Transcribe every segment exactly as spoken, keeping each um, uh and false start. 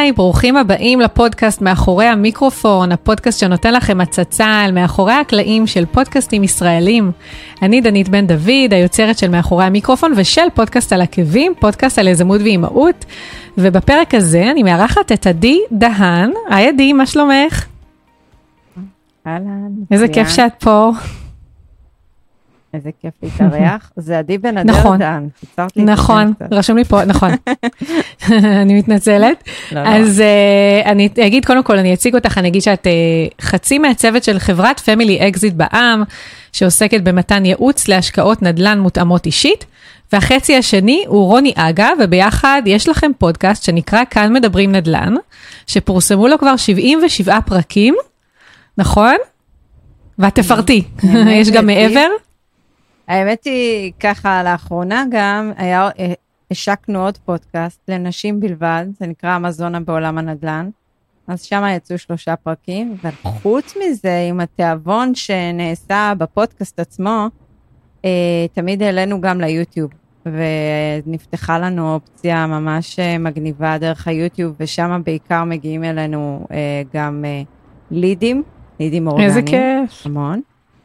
היי, ברוכים הבאים לפודקאסט מאחורי המיקרופון, הפודקאסט שנותן לכם הצצה על מאחורי הקלעים של פודקאסטים ישראלים. אני דנית בן דוד, היוצרת של מאחורי המיקרופון ושל פודקאסט על עקבים, פודקאסט על יזמות ואימהות, ובפרק הזה אני מארחת את עדי דהן. היי עדי, מה שלומך? אהלן. איזה כיף שאת פה. איזה כיף להתארח. זה עדי בן אדם. נכון, נכון, רשום לי פה, נכון. אני מתנצלת. אז אני אגיד, קודם כל, אני אציג אותך, אני אגיד שאת חצי מהצוות של חברת פמילי אקזיט בע"מ, שעוסקת במתן ייעוץ להשקעות נדל"ן מותאמות אישית, והחצי השני הוא רוני אגה, וביחד יש לכם פודקאסט שנקרא כאן מדברים נדל"ן, שפורסמו לו כבר שבעים ושבעה פרקים, נכון? ואת תפרטי, יש גם מעבר? האמת היא, ככה, לאחרונה גם, היה, השקנו עוד פודקאסט לנשים בלבד, זה נקרא אמזונה בעולם הנדל"ן, אז שם יצאו שלושה פרקים, וחוץ מזה, עם התיאבון שנעשה בפודקאסט עצמו, תמיד העלינו גם ליוטיוב, ונפתחה לנו אופציה ממש מגניבה דרך היוטיוב, ושם בעיקר מגיעים אלינו גם לידים, לידים אורגניים. איזה כיף. המון.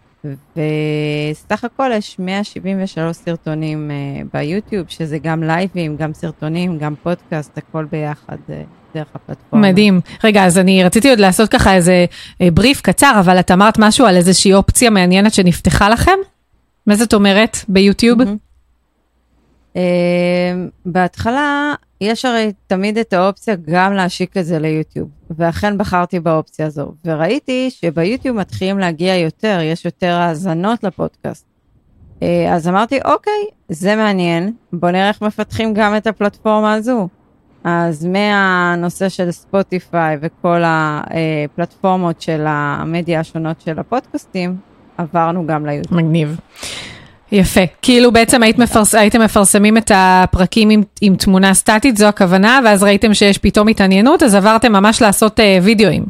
וסך הכל יש מאה שבעים ושלושה סרטונים uh, ביוטיוב, שזה גם לייבים, גם סרטונים, גם פודקאסט, הכל ביחד uh, דרך הפלטפורמה. מדהים. רגע, אז אני רציתי עוד לעשות ככה איזה uh, בריף קצר, אבל את אמרת משהו על איזושהי אופציה מעניינת שנפתחה לכם? מה זאת אומרת ביוטיוב? Mm-hmm. Uh, בהתחלה יש הרי תמיד את האופציה גם להשיק את זה ליוטיוב, ואכן בחרתי באופציה הזו, וראיתי שביוטיוב מתחילים להגיע יותר, יש יותר האזנות לפודקאסט. Uh, אז אמרתי, אוקיי, זה מעניין, בוא נראה איך מפתחים גם את הפלטפורמה הזו. אז מהנושא של ספוטיפיי וכל הפלטפורמות של המדיה השונות של הפודקאסטים, עברנו גם ליוטיוב. מגניב. יפה, כאילו בעצם היית מפרס, הייתם מפרסמים את הפרקים עם, עם תמונה סטטית, זו הכוונה, ואז ראיתם שיש פתאום התעניינות, אז עברתם ממש לעשות uh, וידאוים.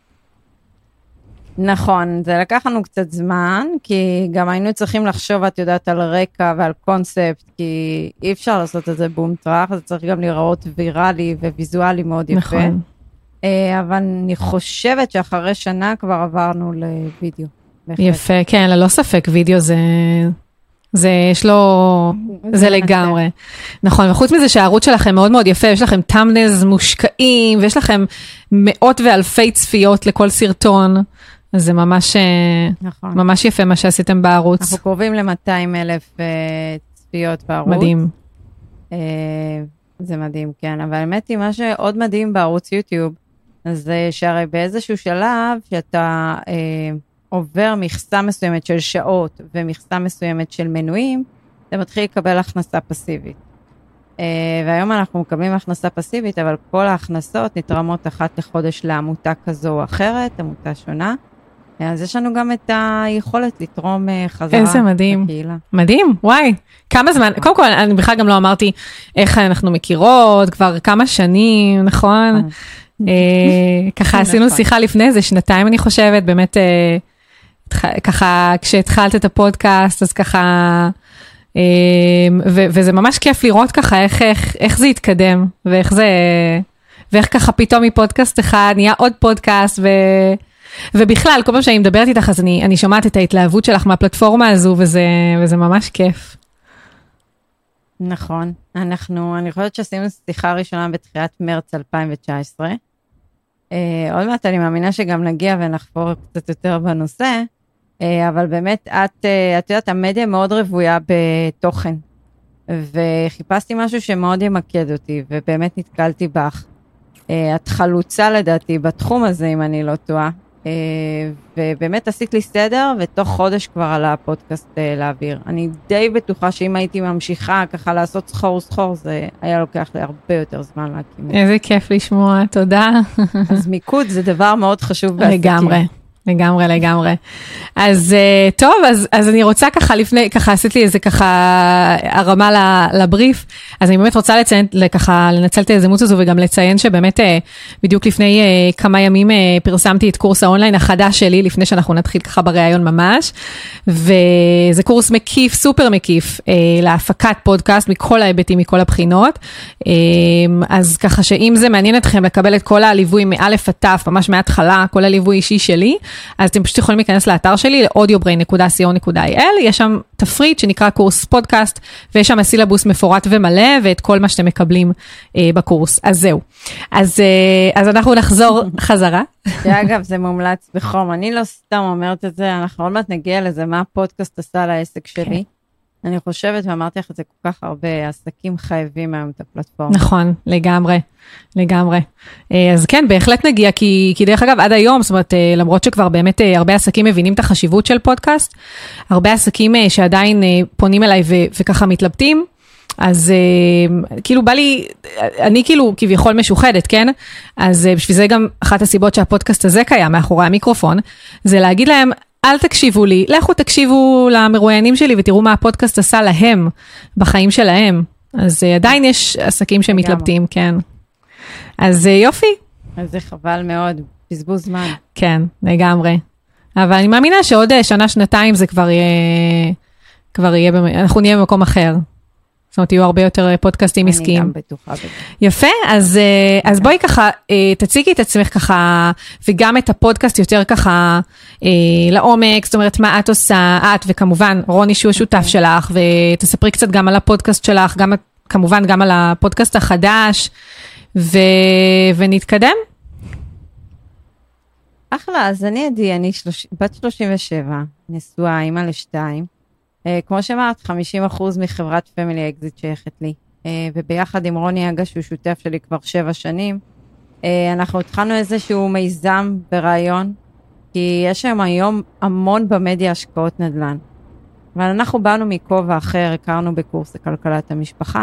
נכון, זה לקח לנו קצת זמן, כי גם היינו צריכים לחשוב, את יודעת, על רקע ועל קונספט, כי אי אפשר לעשות את זה בום טרח, זה צריך גם לראות ויראלי וויזואלי מאוד יפה. נכון. Uh, אבל אני חושבת שאחרי שנה כבר עברנו לוידאו. יפה, כן, ללא ספק, וידאו זה... זה יש לו, זה לגמרי. נכון, וחוץ מזה שהערוץ שלכם מאוד מאוד יפה, יש לכם תמנז מושקעים, ויש לכם מאות ואלפי צפיות לכל סרטון, אז זה ממש, נכון. ממש יפה מה שעשיתם בערוץ. אנחנו קרובים ל-מאתיים אלף צפיות בערוץ. מדהים. זה מדהים, כן, אבל האמת היא, מה שעוד מדהים בערוץ יוטיוב, זה שהרי באיזשהו שלב, שאתה... עובר מכסה מסוימת של שעות ומכסה מסוימת של מנויים, זה מתחיל לקבל הכנסה פסיבית. Uh, והיום אנחנו מקבלים הכנסה פסיבית, אבל כל ההכנסות נתרמות אחת לחודש לעמותה כזו או אחרת, עמותה שונה. אז יש לנו גם את היכולת לתרום uh, חזרה. איזה מדהים. בקהילה. מדהים, וואי. כמה זמן, קודם כל, אני בכלל גם לא אמרתי איך אנחנו מכירות, כבר כמה שנים, נכון? uh, ככה עשינו שיחה לפני איזה שנתיים, אני חושבת, באמת... Uh, ככה, כשהתחלת את הפודקאסט, אז ככה, ו- וזה ממש כיף לראות ככה איך, איך, איך זה יתקדם, ואיך זה, ואיך ככה פתאום מפודקאסט אחד, נהיה עוד פודקאסט, ו, ובכלל, כל פעם שאני מדברת איתך, אז אני, אני שומעת את ההתלהבות שלך מהפלטפורמה הזו, וזה, וזה ממש כיף. נכון, אנחנו, אני חושבת שעשינו שיחה ראשונה בתחילת מרץ אלפיים תשע עשרה, עוד מעט אני מאמינה שגם נגיע ונחפור קצת יותר בנושא, אבל באמת את, את יודעת, המדיה מאוד רבויה בתוכן, וחיפשתי משהו שמאוד ימקד אותי, ובאמת נתקלתי בך. את חלוצה לדעתי בתחום הזה, אם אני לא טועה, ובאמת עשית לי סדר, ותוך חודש כבר על הפודקאסט להעביר. אני די בטוחה שאם הייתי ממשיכה ככה לעשות סחור סחור, זה היה לוקח לי הרבה יותר זמן להקים. איזה כיף לשמוע, תודה. אז מיקוד זה דבר מאוד חשוב בעסקים. לגמרי, לגמרי, לגמרי. אז טוב, אז, אז אני רוצה ככה לפני, ככה עשית לי איזה ככה הרמה לבריף, אז אני באמת רוצה לציין, ככה לנצל את ההזדמנות הזו וגם לציין שבאמת בדיוק לפני כמה ימים פרסמתי את קורס האונליין החדש שלי, לפני שאנחנו נתחיל ככה בראיון ממש, וזה קורס מקיף, סופר מקיף, להפקת פודקאסט מכל ההיבטים, מכל הבחינות, אז ככה שאם זה מעניין אתכם לקבל את כל הליווי מאלף עד תף, ממש מההתחלה, כל הליווי אישי שלי, אז אתם פשוט יכולים להיכנס לאתר שלי, ל-אודיובריין נקודה סי או נקודה איי אל, יש שם תפריט שנקרא קורס פודקאסט, ויש שם סילבוס מפורט ומלא, ואת כל מה שאתם מקבלים אה, בקורס. אז זהו. אז, אה, אז אנחנו נחזור חזרה. שאגב, זה מומלץ בחום. אני לא סתם אומרת את זה, אנחנו עוד מעט נגיע לזה, מה הפודקאסט עשה לעסק שלי. אני חושבת, ואמרתי לך את זה כל כך הרבה, עסקים חייבים היום את הפלטפורמה. נכון, לגמרי, לגמרי. אז כן, בהחלט נגיע, כי, כי דרך אגב, עד היום, זאת אומרת, למרות שכבר באמת הרבה עסקים מבינים את החשיבות של פודקאסט, הרבה עסקים שעדיין פונים אליי ו, וככה מתלבטים, אז כאילו בא לי, אני כאילו כביכול משוחדת, כן? אז בשביל זה גם אחת הסיבות שהפודקאסט הזה קיים מאחורי המיקרופון, זה להגיד להם, אל תקשיבו לי, לכו תקשיבו למרואיינים שלי ותראו מה הפודקאסט עשה להם בחיים שלהם. אז עדיין יש עסקים שמתלבטים, כן. אז יופי. אז זה חבל מאוד, בזבוז זמן. כן, לגמרי. אבל אני מאמינה שעוד שנה, שנתיים זה כבר יהיה, כבר יהיה, אנחנו נהיה במקום אחר. זאת אומרת, יהיו הרבה יותר פודקאסטים עסקיים. אני גם בטוחה בזה. יפה, אז, אז בואי ככה, תציגי את עצמך ככה, וגם את הפודקאסט יותר ככה לעומק, זאת אומרת, מה את עושה, את וכמובן רוני שהוא השותף שלך, ותספרי קצת גם על הפודקאסט שלך, גם, כמובן גם על הפודקאסט החדש, ו, ונתקדם. אחלה, אז אני עדי, אני שלוש, בת שלושים ושבע, נשואה, אימא לשתיים. Uh, כמו שאמרת, חמישים אחוז מחברת פמילי אקזיט שייכת לי, uh, וביחד עם רוני אגה, שהוא שותף שלי כבר שבע שנים, uh, אנחנו התחלנו איזשהו מיזם ברעיון, כי יש שם היום המון במדיה השקעות נדל"ן, אבל אנחנו באנו מכובע אחר, הכרנו בקורס לכלכלת המשפחה,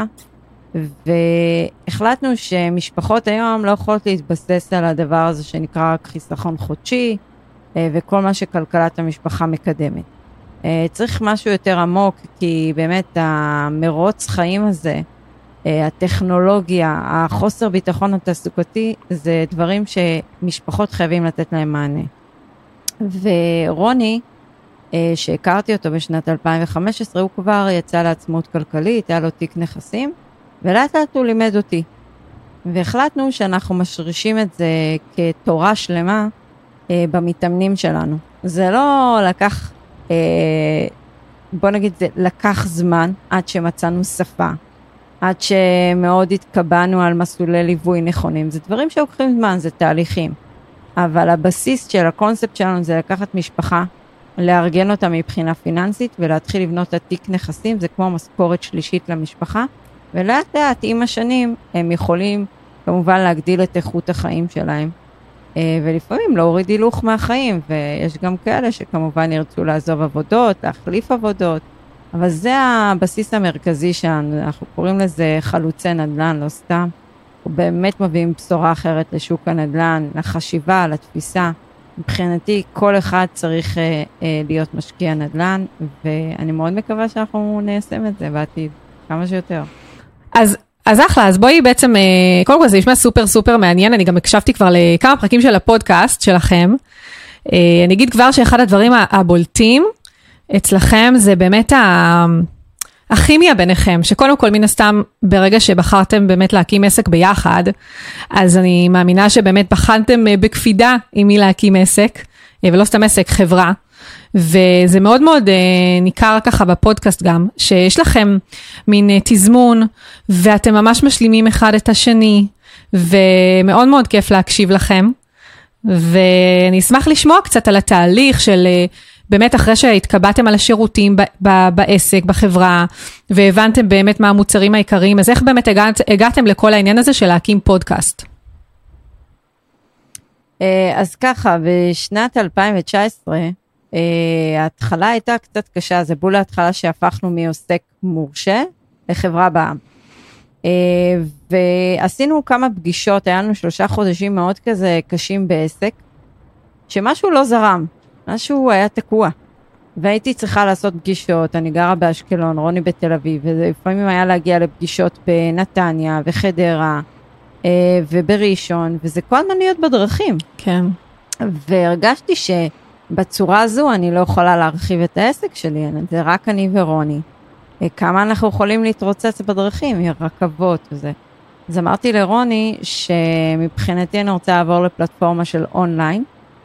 והחלטנו שמשפחות היום לא יכולות להתבסס על הדבר הזה שנקרא רק חיסכון חודשי, uh, וכל מה שכלכלת המשפחה מקדמת. צריך משהו יותר עמוק, כי באמת המרוץ חיים הזה, הטכנולוגיה, החוסר ביטחון התעסוקתי, זה דברים שמשפחות חייבים לתת להם מענה. ורוני, שהכרתי אותו בשנת אלפיים וחמש עשרה, הוא כבר יצא לעצמאות כלכלית, היה לו תיק נכסים, ולאט לאט הוא לימד אותי. והחלטנו שאנחנו משרישים את זה כתורה שלמה במתאמנים שלנו. זה לא לקח... בוא נגיד, זה לקח זמן עד שמצאנו שפה, עד שמאוד התקבענו על מסלולי ליווי נכונים. זה דברים שלוקחים זמן, זה תהליכים. אבל הבסיס של הקונספט שלנו זה לקחת משפחה, לארגן אותה מבחינה פיננסית ולהתחיל לבנות את תיק נכסים, זה כמו משכורת שלישית למשפחה, ולאט לאט עם השנים הם יכולים כמובן להגדיל את איכות החיים שלהם. ולפעמים להוריד הילוך מהחיים, ויש גם כאלה שכמובן ירצו לעזוב עבודות, להחליף עבודות, אבל זה הבסיס המרכזי שלנו, אנחנו קוראים לזה חלוצי נדל"ן, לא סתם, ובאמת מביאים בשורה אחרת לשוק הנדל"ן, לחשיבה, לתפיסה, מבחינתי כל אחד צריך אה, אה, להיות משקיע נדל"ן, ואני מאוד מקווה שאנחנו ניישם את זה בעתיד, כמה שיותר. אז אז אחלה, אז בואי בעצם, קודם כל זה נשמע סופר סופר מעניין, אני גם הקשבתי כבר לכמה פרקים של הפודקאסט שלכם, אני אגיד כבר שאחד הדברים הבולטים אצלכם זה באמת הכימיה ביניכם, שקודם כל מן הסתם ברגע שבחרתם באמת להקים עסק ביחד, אז אני מאמינה שבאמת בחנתם בקפידה עם מי להקים עסק, ולא סתם עסק, חברה, וזה מאוד מאוד ניכר ככה בפודקאסט גם, שיש לכם מין תזמון, ואתם ממש משלימים אחד את השני, ומאוד מאוד כיף להקשיב לכם, ואני אשמח לשמוע קצת על התהליך של, באמת אחרי שהתקבעתם על השירותים ב- ב- בעסק, בחברה, והבנתם באמת מה המוצרים העיקריים, אז איך באמת הגעת, הגעתם לכל העניין הזה של להקים פודקאסט? אז ככה, בשנת אלפיים תשע עשרה, Uh, ההתחלה הייתה קצת קשה, זה בול ההתחלה שהפכנו מעוסק מורשה לחברה בעם. Uh, ועשינו כמה פגישות, היה לנו שלושה חודשים מאוד כזה קשים בעסק, שמשהו לא זרם, משהו היה תקוע. והייתי צריכה לעשות פגישות, אני גרה באשקלון, רוני בתל אביב, ולפעמים היה להגיע לפגישות בנתניה וחדרה ובראשון, וזה כל הזמן להיות בדרכים. כן. והרגשתי שבצורה הזו אני לא יכולה להרחיב את העסק שלי, זה רק אני ורוני. כמה אנחנו יכולים להתרוצץ בדרכים, רכבות וזה. אז אמרתי לרוני שמבחינתי אני רוצה לעבור לפלטפורמה של אונליין,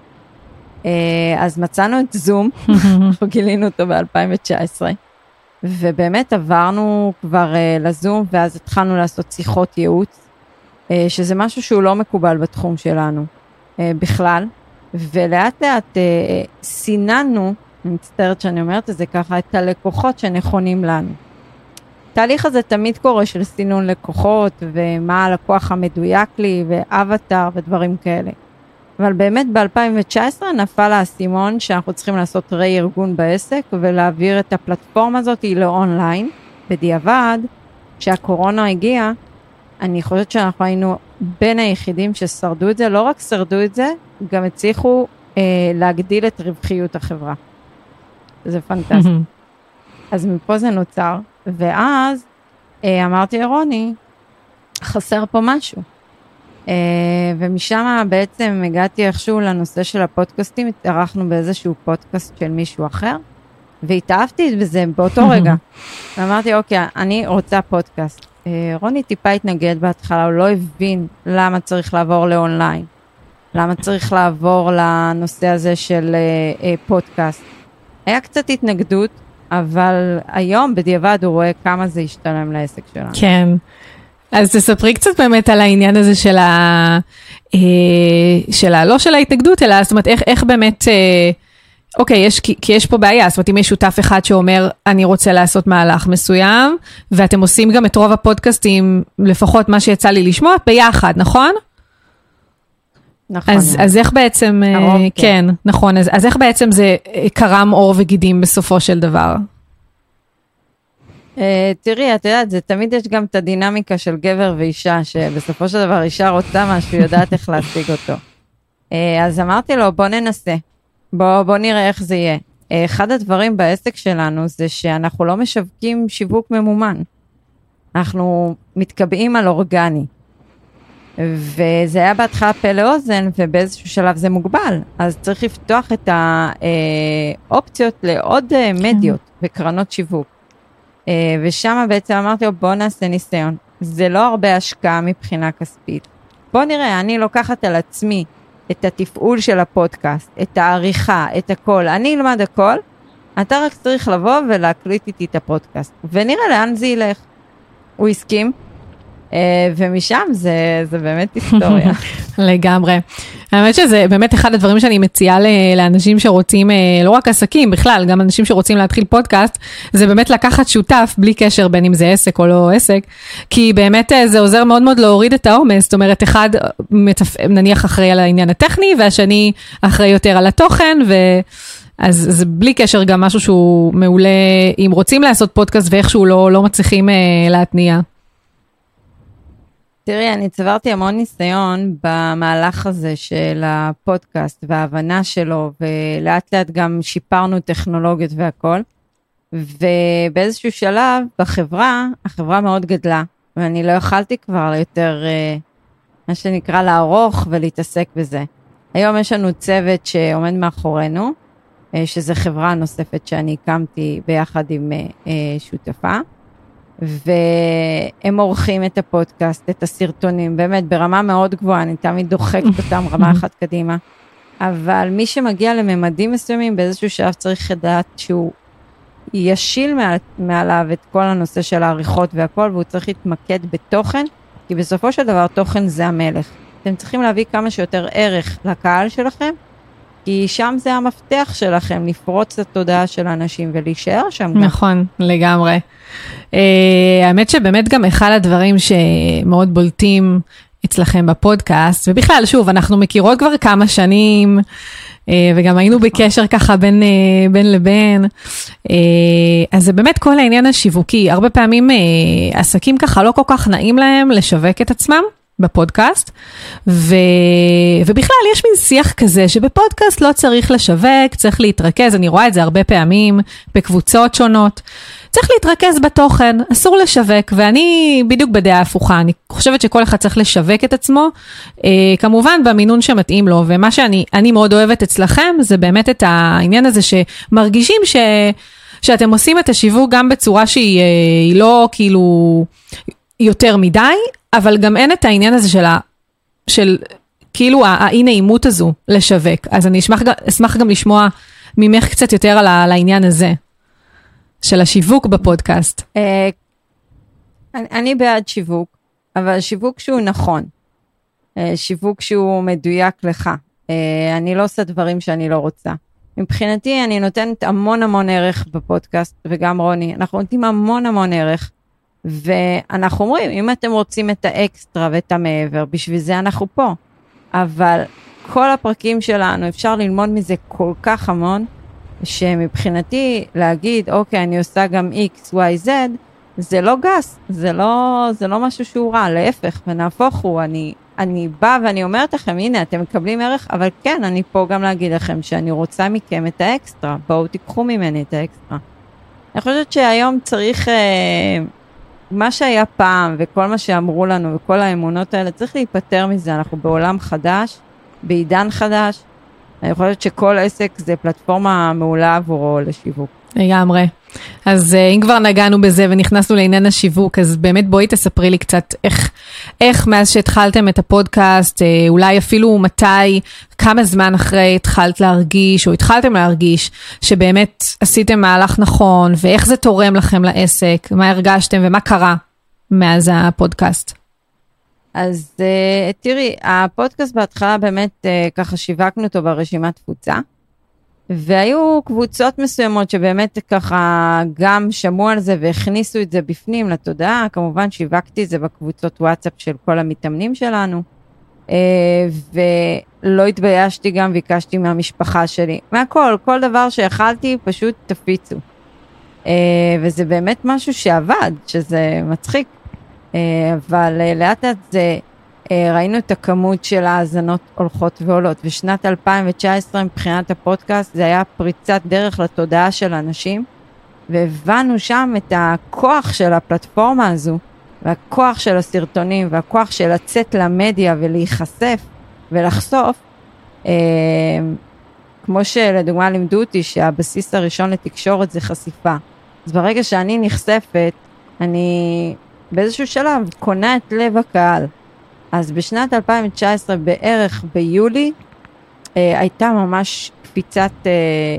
אז מצאנו את זום, אנחנו גילינו אותו ב-אלפיים תשע עשרה, ובאמת עברנו כבר לזום, ואז התחלנו לעשות שיחות ייעוץ, שזה משהו שהוא לא מקובל בתחום שלנו בכלל, ולאט לאט סיננו, אני מצטערת שאני אומרת את זה ככה, את הלקוחות שנכונים לנו. התהליך הזה תמיד קורה של סינון לקוחות, ומה הלקוח המדויק לי, ואבטר ודברים כאלה. אבל באמת ב-אלפיים תשע עשרה נפל האסימון שאנחנו צריכים לעשות רה-ארגון בעסק, ולהעביר את הפלטפורמה הזאת לאונליין. בדיעבד, כשהקורונה הגיעה, אני חושבת שאנחנו היינו בין היחידים ששרדו את זה, לא רק שרדו את זה, גם הצליחו אה, להגדיל את רווחיות החברה. זה פנטסטי. אז מפה זה נוצר, ואז אה, אמרתי לרוני, חסר פה משהו. Uh, ומשם בעצם הגעתי איכשהו לנושא של הפודקאסטים, התארחנו באיזשהו פודקאסט של מישהו אחר, והתאהבתי בזה באותו רגע. ואמרתי, אוקיי, אני רוצה פודקאסט. Uh, רוני טיפה התנגד בהתחלה, הוא לא הבין למה צריך לעבור לאונליין, למה צריך לעבור לנושא הזה של uh, uh, פודקאסט. היה קצת התנגדות, אבל היום בדיעבד הוא רואה כמה זה ישתלם לעסק שלנו. כן. אז תספרי קצת באמת על העניין הזה של ה... של ה... לא של ההתנגדות, אלא זאת אומרת, איך, איך באמת... אוקיי, יש, כי, כי יש פה בעיה, זאת אומרת, אם יש שותף אחד שאומר, אני רוצה לעשות מהלך מסוים, ואתם עושים גם את רוב הפודקאסטים, לפחות מה שיצא לי לשמוע, ביחד, נכון? נכון. אז, אז איך בעצם... הרוב, כן, כן, נכון. אז, אז איך בעצם זה קרם עור וגידים בסופו של דבר? Uh, תראי, את יודעת, זה תמיד יש גם את הדינמיקה של גבר ואישה, שבסופו של דבר אישה רוצה משהו, יודעת איך להשיג אותו. Uh, אז אמרתי לו, בוא ננסה, בוא, בוא נראה איך זה יהיה. Uh, אחד הדברים בעסק שלנו זה שאנחנו לא משווקים שיווק ממומן. אנחנו מתקבעים על אורגני. וזה היה בהתחלה פה לאוזן, ובאיזשהו שלב זה מוגבל. אז צריך לפתוח את האופציות לעוד מדיות וקרנות שיווק. ושם בעצם אמרתי לו, בוא נעשה ניסיון. זה לא הרבה השקעה מבחינה כספית. בוא נראה, אני לוקחת על עצמי את התפעול של הפודקאסט, את העריכה, את הכל. אני אלמד הכל, אתה רק צריך לבוא ולהקליט איתי את הפודקאסט. ונראה לאן זה ילך. הוא הסכים, ומשם זה, זה באמת היסטוריה. לגמרי. האמת שזה באמת אחד הדברים שאני מציעה לאנשים שרוצים, לא רק עסקים, בכלל, גם אנשים שרוצים להתחיל פודקאסט, זה באמת לקחת שותף בלי קשר בין אם זה עסק או לא עסק, כי באמת זה עוזר מאוד מאוד להוריד את העומס, זאת אומרת, אחד נניח אחראי על העניין הטכני, והשני אחראי יותר על התוכן, ו... אז זה בלי קשר גם משהו שהוא מעולה, אם רוצים לעשות פודקאסט ואיכשהו לא, לא מצליחים להתניע. תראי, אני צברתי המון ניסיון במהלך הזה של הפודקאסט וההבנה שלו, ולאט לאט גם שיפרנו טכנולוגיות והכל, ובאיזשהו שלב בחברה, החברה מאוד גדלה, ואני לא יכלתי כבר יותר, מה שנקרא, לערוך ולהתעסק בזה. היום יש לנו צוות שעומד מאחורינו, שזה חברה נוספת שאני הקמתי ביחד עם שותפה, והם עורכים את הפודקאסט, את הסרטונים, באמת ברמה מאוד גבוהה, אני תמיד דוחקת אותם רמה אחת קדימה, אבל מי שמגיע לממדים מסוימים, באיזשהו שלב צריך לדעת שהוא ישיל מעליו את כל הנושא של העריכות והכל, והוא צריך להתמקד בתוכן, כי בסופו של דבר תוכן זה המלך. אתם צריכים להביא כמה שיותר ערך לקהל שלכם, כי שם זה המפתח שלכם, לפרוץ את התודעה של האנשים ולהישאר שם גם. נכון, לגמרי. Uh, האמת שבאמת גם אחד הדברים שמאוד בולטים אצלכם בפודקאסט, ובכלל, שוב, אנחנו מכירות כבר כמה שנים, uh, וגם היינו בקשר ככה בין, uh, בין לבין, uh, אז זה באמת כל העניין השיווקי. הרבה פעמים uh, עסקים ככה לא כל כך נעים להם לשווק את עצמם, בפודקאסט, ו... ובכלל יש מין שיח כזה שבפודקאסט לא צריך לשווק, צריך להתרכז, אני רואה את זה הרבה פעמים בקבוצות שונות, צריך להתרכז בתוכן, אסור לשווק, ואני בדיוק בדעה הפוכה, אני חושבת שכל אחד צריך לשווק את עצמו, אה, כמובן במינון שמתאים לו, ומה שאני אני מאוד אוהבת אצלכם, זה באמת את העניין הזה שמרגישים ש... שאתם עושים את השיווק גם בצורה שהיא אה, לא כאילו יותר מדי, אבל גם אין את העניין הזה של, ה, של כאילו האי נעימות הזו לשווק. אז אני אשמח, אשמח גם לשמוע ממך קצת יותר על, ה, על העניין הזה, של השיווק בפודקאסט. אה, אני, אני בעד שיווק, אבל שיווק שהוא נכון. אה, שיווק שהוא מדויק לך. אה, אני לא עושה דברים שאני לא רוצה. מבחינתי אני נותנת המון המון ערך בפודקאסט, וגם רוני, אנחנו נותנים המון המון ערך, ואנחנו אומרים, אם אתם רוצים את האקסטרה ואת המעבר, בשביל זה אנחנו פה. אבל כל הפרקים שלנו, אפשר ללמוד מזה כל כך המון, שמבחינתי להגיד, אוקיי, אני עושה גם X, Y, Z, זה לא גס, זה לא, זה לא משהו שהוא רע, להפך, ונהפוך הוא, אני, אני באה ואני אומרת לכם, הנה, אתם מקבלים ערך, אבל כן, אני פה גם להגיד לכם, שאני רוצה מכם את האקסטרה, בואו תיקחו ממני את האקסטרה. אני חושבת שהיום צריך, אה, מה שהיה פעם, וכל מה שאמרו לנו, וכל האמונות האלה, צריך להיפטר מזה, אנחנו בעולם חדש, בעידן חדש, אני חושבת שכל עסק זה פלטפורמה מעולה עבורו לשיווק. לגמרי. אז אם כבר נגענו בזה ונכנסנו לעניין השיווק, אז באמת בואי תספרי לי קצת איך, איך מאז שהתחלתם את הפודקאסט, אולי אפילו מתי, כמה זמן אחרי התחלת להרגיש, או התחלתם להרגיש, שבאמת עשיתם מהלך נכון, ואיך זה תורם לכם לעסק, מה הרגשתם ומה קרה מאז הפודקאסט. אז uh, תראי, הפודקאסט בהתחלה באמת uh, ככה שיווקנו אותו ברשימת תפוצה, והיו קבוצות מסוימות שבאמת ככה גם שמעו על זה והכניסו את זה בפנים לתודעה, כמובן שיווקתי את זה בקבוצות וואטסאפ של כל המתאמנים שלנו, uh, ולא התביישתי גם, ביקשתי מהמשפחה שלי, מהכל, כל דבר שיכלתי פשוט תפיצו, uh, וזה באמת משהו שעבד, שזה מצחיק, אבל לאט לאט זה, ראינו את הכמות של האזנות הולכות ועולות, ושנת אלפיים תשע עשרה מבחינת הפודקאסט זה היה פריצת דרך לתודעה של אנשים, והבנו שם את הכוח של הפלטפורמה הזו, והכוח של הסרטונים, והכוח של לצאת למדיה ולהיחשף ולחשוף, כמו שלדוגמה לימדו אותי שהבסיס הראשון לתקשורת זה חשיפה. אז ברגע שאני נחשפת, אני באיזשהו שלב קונה את לב הקהל. אז בשנת אלפיים תשע עשרה בערך ביולי, אה, הייתה ממש קפיצת, אה,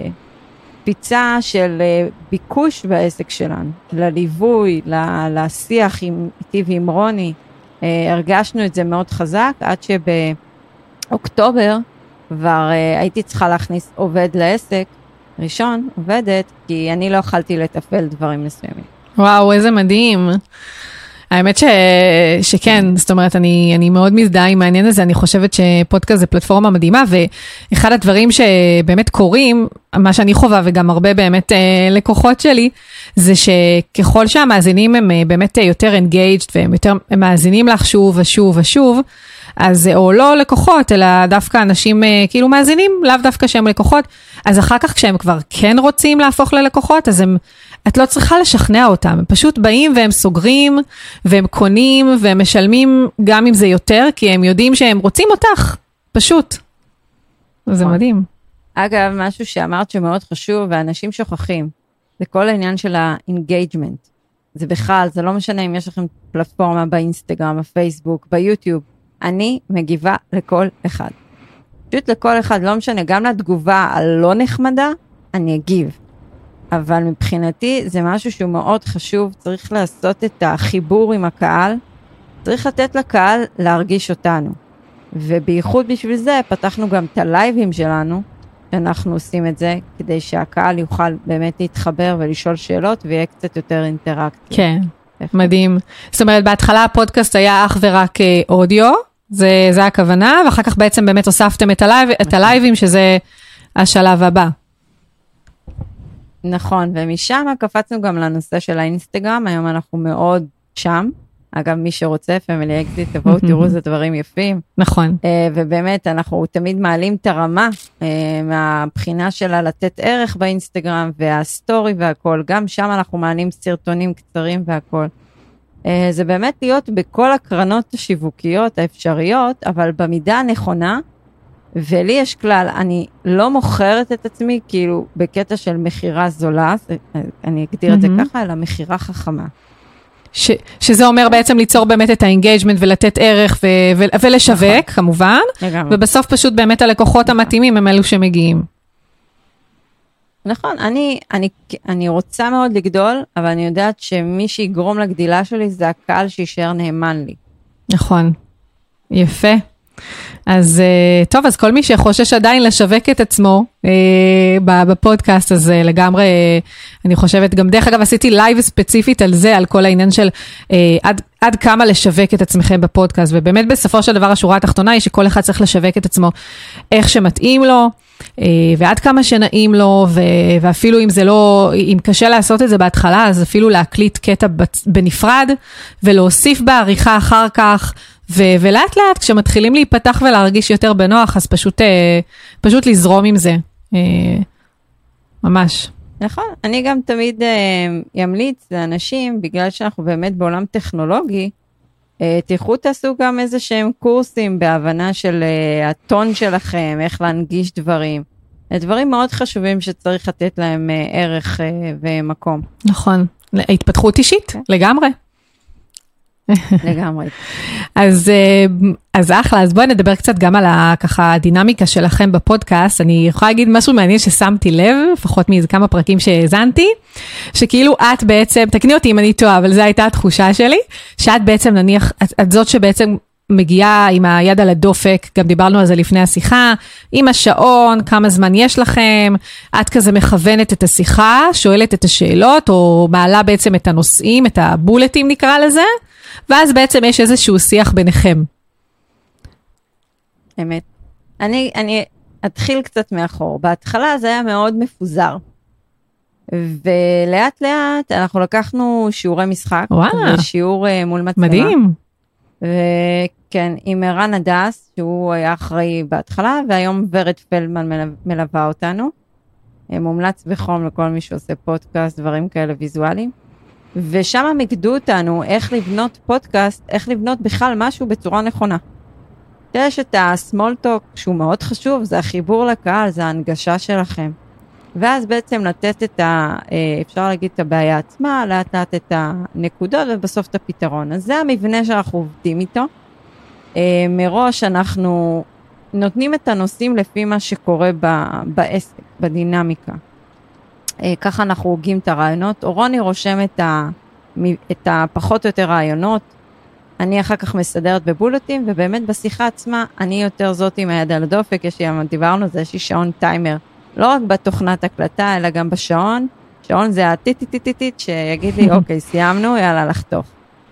קפיצה של אה, ביקוש בעסק שלנו, לליווי, לשיח עם, איתי ועם רוני. אה, הרגשנו את זה מאוד חזק, עד שבאוקטובר כבר אה, הייתי צריכה להכניס עובד לעסק, ראשון, עובדת, כי אני לא יכולתי לטפל דברים מסוימים. וואו, איזה מדהים. האמת ש... שכן, זאת אומרת, אני, אני מאוד מזדהה עם העניין הזה, אני חושבת שפודקאסט זה פלטפורמה מדהימה, ואחד הדברים שבאמת קורים, מה שאני חובה וגם הרבה באמת לקוחות שלי, זה שככל שהמאזינים הם באמת יותר engaged, והם יותר הם מאזינים לך שוב ושוב ושוב, אז או לא לקוחות, אלא דווקא אנשים כאילו מאזינים, לאו דווקא שהם לקוחות, אז אחר כך כשהם כבר כן רוצים להפוך ללקוחות, אז הם, את לא צריכה לשכנע אותם, הם פשוט באים והם סוגרים, והם קונים, והם משלמים גם אם זה יותר, כי הם יודעים שהם רוצים אותך, פשוט. זה מדהים. אגב, משהו שאמרת שמאוד חשוב, ואנשים שוכחים, זה כל העניין של ה-engagement. זה בכלל, זה לא משנה אם יש לכם פלטפורמה באינסטגרם, בפייסבוק, ביוטיוב, אני מגיבה לכל אחד. פשוט לכל אחד, לא משנה, גם לתגובה הלא נחמדה, אני אגיב. אבל מבחינתי זה משהו שהוא מאוד חשוב, צריך לעשות את החיבור עם הקהל, צריך לתת לקהל להרגיש אותנו. ובייחוד בשביל זה פתחנו גם את הלייבים שלנו, שאנחנו עושים את זה, כדי שהקהל יוכל באמת להתחבר ולשאול שאלות, ויהיה קצת יותר אינטראקציה. כן, מדהים. זאת אומרת, בהתחלה הפודקאסט היה אך ורק אודיו, זה, זה הכוונה, ואחר כך בעצם באמת הוספתם את, הלייב, את הלייבים, שזה השלב הבא. נכון, ומשם קפצנו גם לנושא של האינסטגרם, היום אנחנו מאוד שם, אגב, מי שרוצה פמילי אקזיט, תבואו, תראו, זה דברים יפים. נכון. ובאמת, אנחנו תמיד מעלים את הרמה מהבחינה שלה לתת ערך באינסטגרם, והסטורי והכל, גם שם אנחנו מעלים סרטונים קצרים והכל. זה באמת להיות בכל הקרנות השיווקיות האפשריות, אבל במידה הנכונה, ולי יש כלל, אני לא מוכרת את עצמי, כאילו בקטע של מחירה זולה, אני אגדיר את זה ככה, אלא מחירה חכמה. ש, שזה אומר בעצם ליצור באמת את האינגייג'מנט ולתת ערך ו, ו, ולשווק, נכון. כמובן, לגמרי. ובסוף פשוט באמת הלקוחות נכון. המתאימים הם אלו שמגיעים. נכון, אני, אני, אני רוצה מאוד לגדול, אבל אני יודעת שמי שיגרום לגדילה שלי זה הקהל שישאר נאמן לי. נכון, יפה. אז טוב, אז כל מי שחושש עדיין לשווק את עצמו בפודקאסט הזה לגמרי, אני חושבת, גם דרך אגב עשיתי לייב ספציפית על זה, על כל העניין של עד, עד כמה לשווק את עצמכם בפודקאסט, ובאמת בסופו של דבר השורה התחתונה היא שכל אחד צריך לשווק את עצמו איך שמתאים לו, ועד כמה שנעים לו, ואפילו אם זה לא, אם קשה לעשות את זה בהתחלה, אז אפילו להקליט קטע בנפרד, ולהוסיף בעריכה אחר כך, ו- ולאט לאט כשמתחילים להיפתח ולהרגיש יותר בנוח, אז פשוט, אה, פשוט לזרום עם זה. אה, ממש. נכון, אני גם תמיד אה, ימליץ לאנשים, בגלל שאנחנו באמת בעולם טכנולוגי, אה, תלכו תעשו גם איזה שהם קורסים בהבנה של אה, הטון שלכם, איך להנגיש דברים. דברים מאוד חשובים שצריך לתת להם אה, ערך אה, ומקום. נכון, התפתחות אישית, okay. לגמרי. לגמרי. אז, אז אחלה, אז בואי נדבר קצת גם על ככה הדינמיקה שלכם בפודקאסט. אני יכולה להגיד משהו מעניין ששמתי לב, לפחות מאיזה כמה פרקים שהזנתי, שכאילו את בעצם, תקני אותי אם אני טועה, אבל זו הייתה התחושה שלי, שאת בעצם נניח, את, את זאת שבעצם מגיעה עם היד על הדופק, גם דיברנו על זה לפני השיחה, עם השעון, כמה זמן יש לכם, את כזה מכוונת את השיחה, שואלת את השאלות, או מעלה בעצם את הנושאים, את הבולטים נקרא לזה, ואז בעצם יש איזשהו שיח ביניכם. אמת. אני, אני אתחיל קצת מאחור. בהתחלה זה היה מאוד מפוזר. ולאט לאט אנחנו לקחנו שיעורי משחק. וואלה. ושיעור uh, מול מצלמה. מדהים. וכן, עם ערן הדס, שהוא היה אחראי בהתחלה, והיום ורד פלדמן מלווה אותנו. מומלץ בחום לכל מי שעושה פודקאסט, דברים כאלה ויזואליים. ושם מגדו אותנו איך לבנות פודקאסט, איך לבנות בכלל משהו בצורה נכונה. יש את ה-small talk שהוא מאוד חשוב, זה החיבור לקהל, זה ההנגשה שלכם. ואז בעצם לתת את ה, אפשר להגיד את הבעיה עצמה, לאט לאט את הנקודות ובסוף את הפתרון. אז זה המבנה שאנחנו עובדים איתו. מראש אנחנו נותנים את הנושאים לפי מה שקורה בעסק, בדינמיקה. ככה אנחנו הוגים את הרעיונות, או רוני רושם את, ה, את הפחות או יותר רעיונות, אני אחר כך מסדרת בבולטים, ובאמת בשיחה עצמה, אני יותר זאת עם היד על הדופק, יש לי, דיברנו, זה יש לי שעון טיימר, לא רק בתוכנת הקלטה, אלא גם בשעון, שעון זה הטיטיטיטיטית, שיגיד לי, אוקיי, סיימנו, יאללה, לחתוך.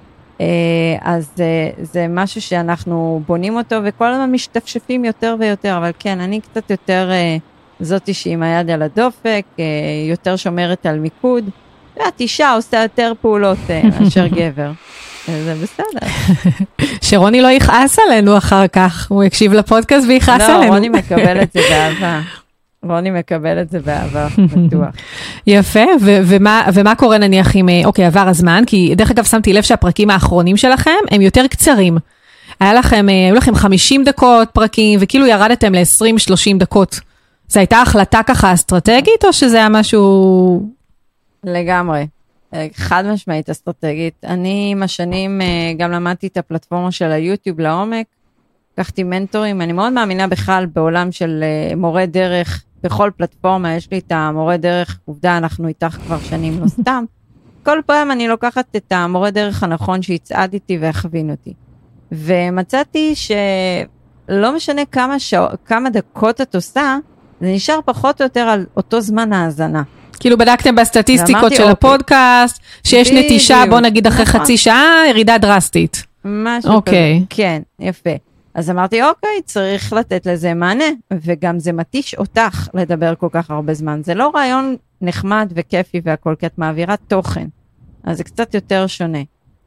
אז זה משהו שאנחנו בונים אותו, וכל הזמן משתפשפים יותר ויותר, אבל כן, אני קצת יותר... זאתי שהיא עם היד על הדופק, יותר שומרת על מיקוד, ואת אישה עושה יותר פעולות מאשר גבר. זה בסדר. שרוני לא יכעס עלינו אחר כך, הוא הקשיב לפודקאסט ויכעס עלינו. לא, רוני מקבל את זה באהבה. רוני מקבל את זה באהבה, בטוח. יפה, ומה קורה נניח עם, אוקיי, עבר הזמן, כי דרך אגב שמתי לב שהפרקים האחרונים שלכם הם יותר קצרים. היה לכם, היו לכם חמישים דקות פרקים, וכאילו ירדתם ל-עשרים שלושים דקות. זו הייתה החלטה ככה אסטרטגית, או שזה היה משהו... לגמרי. חד משמעית אסטרטגית. אני עם השנים גם למדתי את הפלטפורמה של היוטיוב לעומק, לקחתי מנטורים, אני מאוד מאמינה בכלל בעולם של מורה דרך, בכל פלטפורמה, יש לי את המורה דרך, עובדה, אנחנו איתך כבר שנים לא סתם. כל פעם אני לוקחת את המורה דרך הנכון שיצעד איתי והכווין אותי. ומצאתי שלא משנה כמה, שע... כמה דקות את עושה, זה נשאר פחות או יותר על אותו זמן ההאזנה. כאילו בדקתם בסטטיסטיקות של הפודקאסט, שיש נטישה, בוא נגיד אחרי חצי שעה, ירידה דרסטית. משהו כזה, כן, יפה. אז אמרתי, אוקיי, צריך לתת לזה מענה, וגם זה מתיש אותך לדבר כל כך הרבה זמן. זה לא רעיון נחמד וכיפי והכל, כי את מעבירה תוכן. אז זה קצת יותר שונה.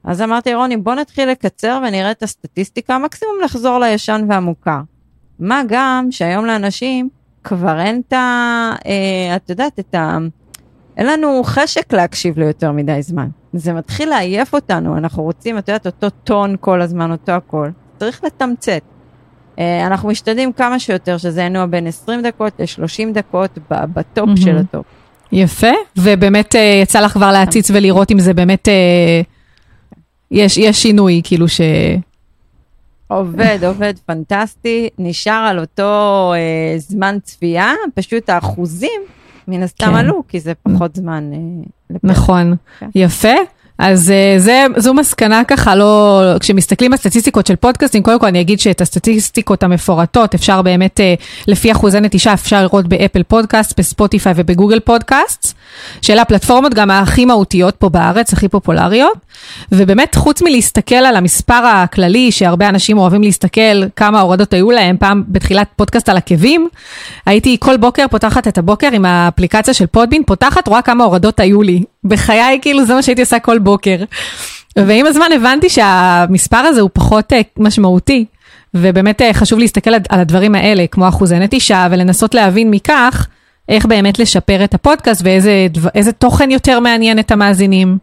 אז אמרתי, רוני, בוא נתחיל לקצר ונראה את הסטטיסטיקה, מקסימום לחזור לישן והמוכר. מה גם שהיום לאנשים כבר אין את ה... אה, את יודעת, את ה... אין לנו חשק להקשיב ליותר מדי זמן. זה מתחיל לעייף אותנו, אנחנו רוצים, את יודעת, אותו טון כל הזמן, אותו הכל. צריך לתמצת. אה, אנחנו משתדלים כמה שיותר, שזה ינוע בין עשרים דקות ל-שלושים דקות בטופ mm-hmm. של הטופ. יפה, ובאמת אה, יצא לך כבר להציץ ולראות אם זה באמת... אה, יש, יש שינוי, כאילו ש... עובד, עובד פנטסטי, נשאר על אותו אה, זמן צפייה, פשוט האחוזים מן הסתם כן. עלו, כי זה פחות זמן אה, לפרק. נכון, כן. יפה. אז זה, זו מסקנה ככה, לא, כשמסתכלים בסטטיסטיקות של פודקאסטים, קודם כל אני אגיד שאת הסטטיסטיקות המפורטות, אפשר באמת, לפי אחוזי נטישה, אפשר לראות באפל פודקאסט, בספוטיפיי ובגוגל פודקאסט, שאלה הפלטפורמות גם הכי מהותיות פה בארץ, הכי פופולריות, ובאמת חוץ מלהסתכל על המספר הכללי, שהרבה אנשים אוהבים להסתכל כמה הורדות היו להם, פעם בתחילת פודקאסט על עקבים, הייתי כל בוקר פותחת את הבוקר עם האפליקציה של פודבין, פותחת, רואה כמה הורדות היו לי. בחיי כאילו זה מה שהייתי עושה כל בוקר. ועם הזמן הבנתי שהמספר הזה הוא פחות משמעותי, ובאמת חשוב להסתכל על הדברים האלה, כמו אחוזי נטישה, ולנסות להבין מכך, איך באמת לשפר את הפודקאסט, ואיזה איזה תוכן יותר מעניין את המאזינים.